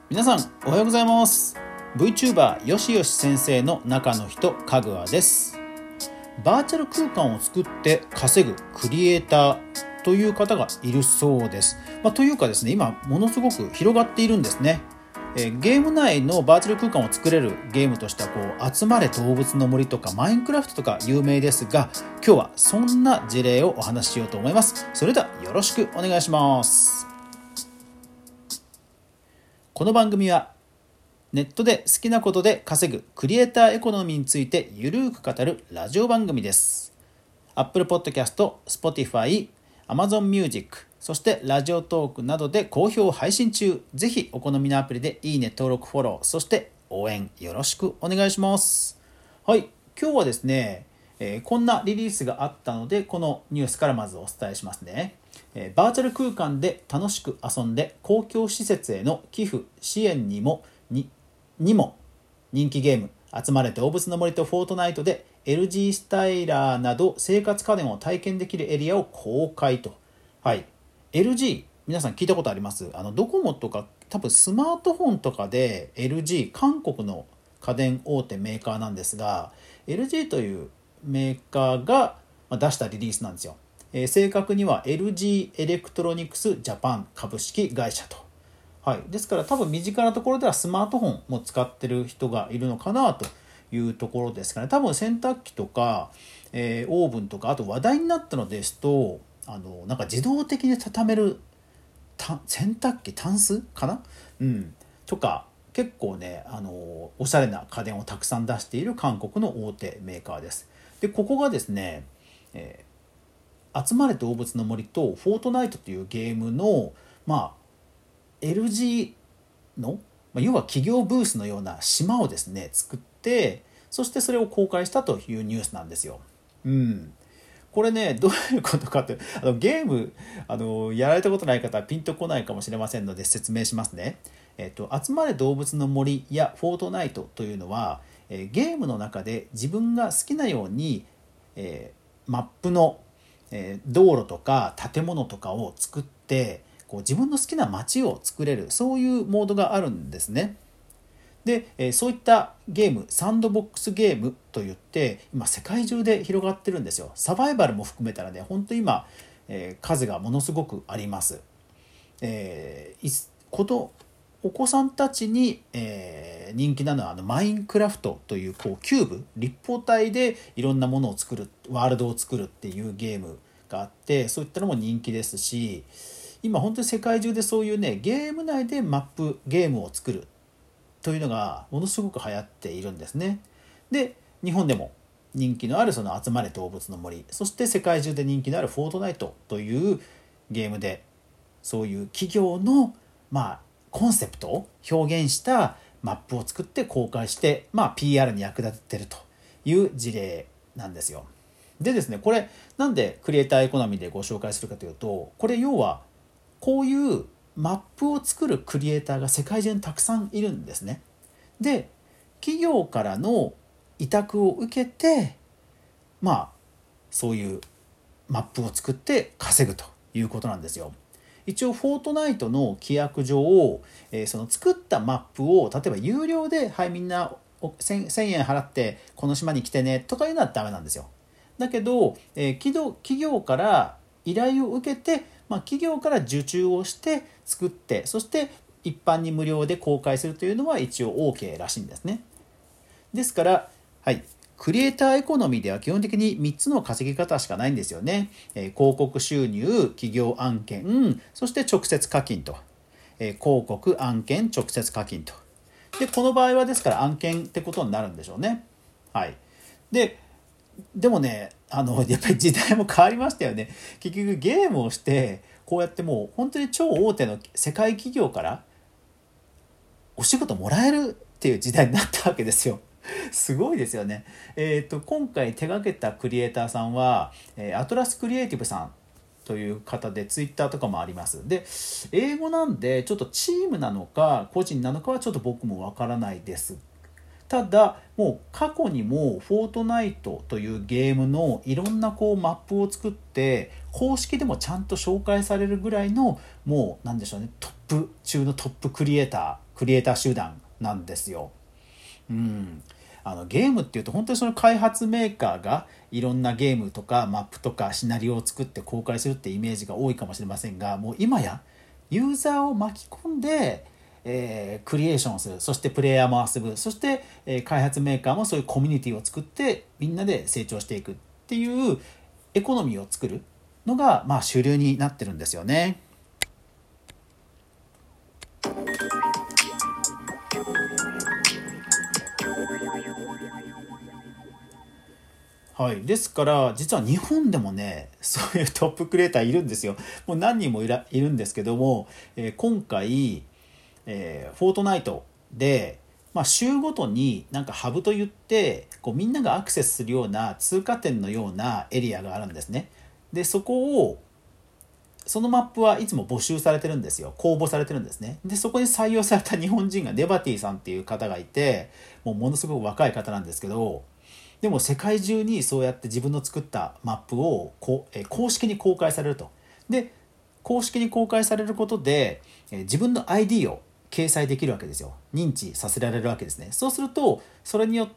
皆さんおはようございます。 VTuber よしよし先生の中の人かぐわです。バーチャル空間を作って稼ぐクリエイターという方がいるそうです。というかですね、今ものすごく広がっているんですね。ゲーム内のバーチャル空間を作れるゲームとしては集まれ動物の森とかマインクラフトとか有名ですが、今日はそんな事例をお話ししようと思います。それではよろしくお願いします。この番組はネットで好きなことで稼ぐクリエイターエコノミーについてゆるく語るラジオ番組です。 Apple Podcast、Spotify、Amazon Music、そしてラジオトークなどで好評配信中。ぜひお好みのアプリでいいね、登録、フォロー、そして応援よろしくお願いします。はい、今日はですね、こんなリリースがあったので、このニュースからまずお伝えしますね。バーチャル空間で楽しく遊んで公共施設への寄付支援にも人気ゲーム集まれ動物の森とフォートナイトで LG スタイラーなど生活家電を体験できるエリアを公開と。はい、LG 皆さん聞いたことあります？ドコモとか多分スマートフォンとかで LG、 韓国の家電大手メーカーなんですが、 LG というメーカーが出したリリースなんですよ。正確には LG エレクトロニクスジャパン株式会社と。はい、ですから多分身近なところではスマートフォンも使ってる人がいるのかなというところですかね。多分洗濯機とか、オーブンとか、あと話題になったのですとなんか自動的に畳める洗濯機タンスかな、とか結構ねおしゃれな家電をたくさん出している韓国の大手メーカーです。でここがですね、集まれ動物の森とフォートナイトというゲームのLG の要は企業ブースのような島をですね作って、そしてそれを公開したというニュースなんですよ。これね、どういうことかってゲームやられたことない方はピンとこないかもしれませんので説明しますね。集まれ動物の森やフォートナイトというのは、ゲームの中で自分が好きなように、マップの、道路とか建物とかを作って自分の好きな街を作れる、そういうモードがあるんですね。で、そういったゲーム、サンドボックスゲームといって今世界中で広がってるんですよ。サバイバルも含めたらね、本当に今、数がものすごくあります。お子さんたちに、人気なのはマインクラフトというキューブ立方体でいろんなものを作る、ワールドを作るっていうゲームがあって、そういったのも人気ですし、今本当に世界中でそういうねゲーム内でマップゲームを作るというのがものすごく流行っているんですね。で日本でも人気のあるその集まれ動物の森、そして世界中で人気のあるフォートナイトというゲームで、そういう企業のコンセプトを表現したマップを作って公開して、PR に役立ててるという事例なんですよ。でですね、これなんでクリエイターエコノミーでご紹介するかというと、これ要はこういうマップを作るクリエイターが世界中にたくさんいるんですね。で企業からの委託を受けてそういうマップを作って稼ぐということなんですよ。一応フォートナイトの規約上、その作ったマップを例えば有料で、はいみんな 1000円払ってこの島に来てねとかいうのはダメなんですよ。だけど、企業から依頼を受けて、企業から受注をして作って、そして一般に無料で公開するというのは一応 OK らしいんですね。ですから、クリエイターエコノミーでは基本的に3つの稼ぎ方しかないんですよね。広告収入、企業案件、そして直接課金と。広告、案件、直接課金と。でこの場合はですから案件ってことになるんでしょうね。でもねやっぱり時代も変わりましたよね。結局ゲームをしてこうやってもう本当に超大手の世界企業からお仕事もらえるっていう時代になったわけですよ。すごいですよね。今回手掛けたクリエイターさんは、アトラスクリエイティブさんという方でツイッターとかもあります。で英語なんでちょっとチームなのか個人なのかはちょっと僕もわからないです。ただもう過去にもフォートナイトというゲームのいろんなマップを作って公式でもちゃんと紹介されるぐらいのもうなんでしょうね、トップ中のトップクリエイター集団なんですよ。ゲームっていうと本当にその開発メーカーがいろんなゲームとかマップとかシナリオを作って公開するってイメージが多いかもしれませんが、もう今やユーザーを巻き込んで、クリエーションをする、そしてプレイヤーも遊ぶ、そして、開発メーカーもそういうコミュニティを作ってみんなで成長していくっていうエコノミーを作るのが、主流になってるんですよね。はい、ですから実は日本でもねそういうトップクリエイターいるんですよ。もう何人もいるんですけども、今回、フォートナイトで、週ごとになんかハブといってこうみんながアクセスするような通過点のようなエリアがあるんですね。でそのマップはいつも募集されてるんですよ。公募されてるんですね。でそこに採用された日本人がネバティさんっていう方がいて、ものすごく若い方なんですけど、でも世界中にそうやって自分の作ったマップを公式に公開されると。で公式に公開されることで自分の ID を掲載できるわけですよ。認知させられるわけですね。そうするとそれによって、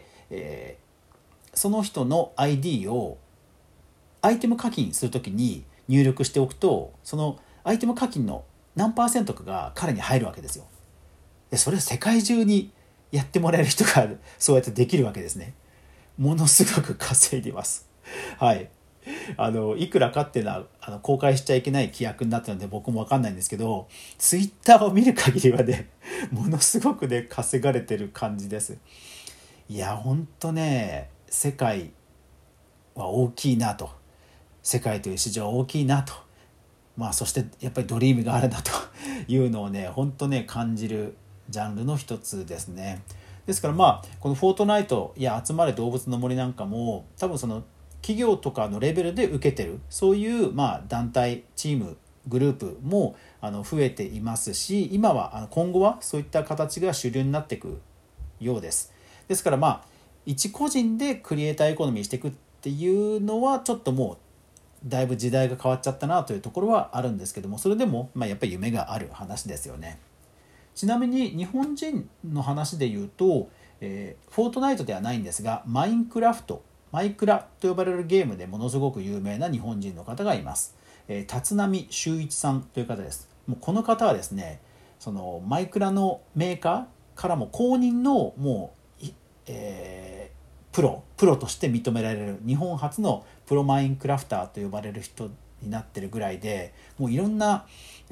その人の ID をアイテム課金するときに入力しておくと、そのアイテム課金の何%かが彼に入るわけですよ。でそれを世界中にやってもらえる人がそうやってできるわけですね。ものすごく稼いでいます。はい。いくらかっていうのは公開しちゃいけない規約になったので僕も分かんないんですけど、ツイッターを見る限りはねものすごくね稼がれてる感じです。いやほんとね、世界は大きいなと、世界という市場は大きいなと、そしてやっぱりドリームがあるなというのをねほんとね感じるジャンルの一つですね。ですからこのフォートナイトや集まれ動物の森なんかも多分その企業とかのレベルで受けてるそういう団体チームグループも増えていますし、今は今後はそういった形が主流になっていくようです。ですから一個人でクリエイターエコノミーしていくっていうのはちょっともうだいぶ時代が変わっちゃったなというところはあるんですけども、それでもやっぱり夢がある話ですよね。ちなみに日本人の話で言うと、フォートナイトではないんですがマイクラと呼ばれるゲームでものすごく有名な日本人の方がいます。立浪修一さんという方です。もうこの方はですね、そのマイクラのメーカーからも公認のもう、プロとして認められる日本初のプロマインクラフターと呼ばれる人になってるぐらいで、もういろんな、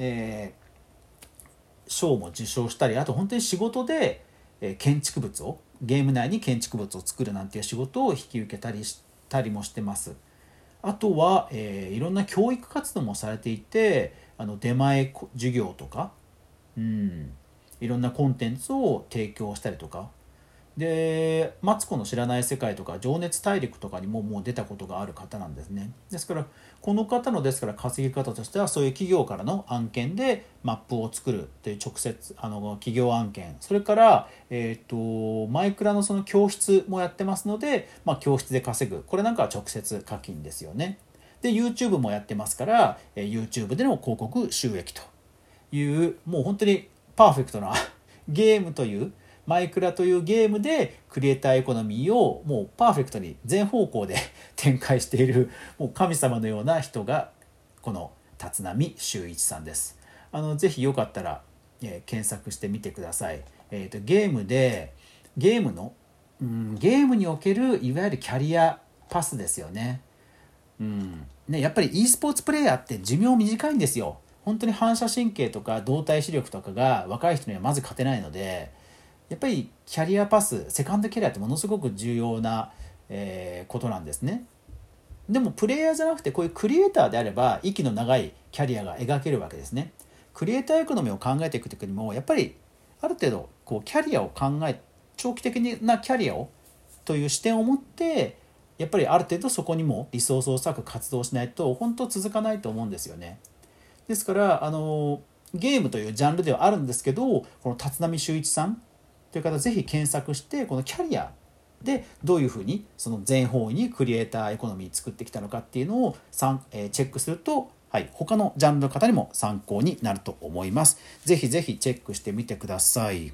賞も受賞したり、あと本当に仕事で建築物をゲーム内に建築物を作るなんていう仕事を引き受けたりもしてます。あとは、いろんな教育活動もされていて、出前授業とか、いろんなコンテンツを提供したりとかで、マツコの知らない世界とか情熱大陸とかにももう出たことがある方なんですね。ですからこの方の稼ぎ方としてはそういう企業からの案件でマップを作るという直接企業案件、それから、マイクラのその教室もやってますので、教室で稼ぐ、これなんかは直接課金ですよね。で YouTube もやってますから、YouTube での広告収益というもう本当にパーフェクトなゲームというマイクラというゲームでクリエイターエコノミーをもうパーフェクトに全方向で展開しているもう神様のような人がこの立浪修一さんです。ぜひよかったら、検索してみてください。ゲームにおけるいわゆるキャリアパスですよね。やっぱり e スポーツプレイヤーって寿命短いんですよ。本当に反射神経とか動体視力とかが若い人にはまず勝てないので、やっぱりキャリアパス、セカンドキャリアってものすごく重要な、ことなんですね。でもプレイヤーじゃなくてこういうクリエイターであれば息の長いキャリアが描けるわけですね。クリエイターエコノミーを考えていくときにもやっぱりある程度こうキャリアを長期的なキャリアをという視点を持ってやっぱりある程度そこにもリソースを割く活動をしないと本当続かないと思うんですよね。ですからゲームというジャンルではあるんですけど、この立浪修一さんという方ぜひ検索してこのキャリアでどういうふうにその全方位にクリエイターエコノミー作ってきたのかっていうのをチェックするとはい、他のジャンルの方にも参考になると思います。ぜひぜひチェックしてみてください。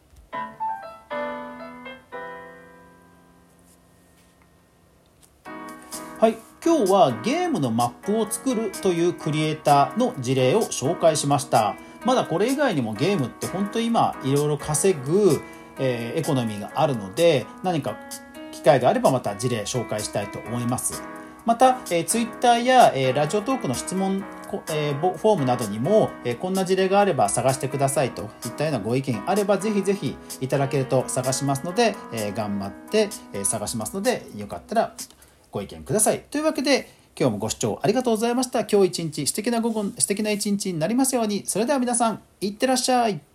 はい、今日はゲームのマップを作るというクリエイターの事例を紹介しました。まだこれ以外にもゲームって本当に今いろいろ稼ぐ、エコノミーがあるので、何か機会があればまた事例紹介したいと思います。また、ツイッターや、ラジオトークの質問、フォームなどにも、こんな事例があれば探してくださいといったようなご意見あればぜひぜひいただけると探しますので、頑張って、探しますのでよかったらご意見ください。というわけで今日もご視聴ありがとうございました。今日一日素敵な一日になりますように。それでは皆さんいってらっしゃい。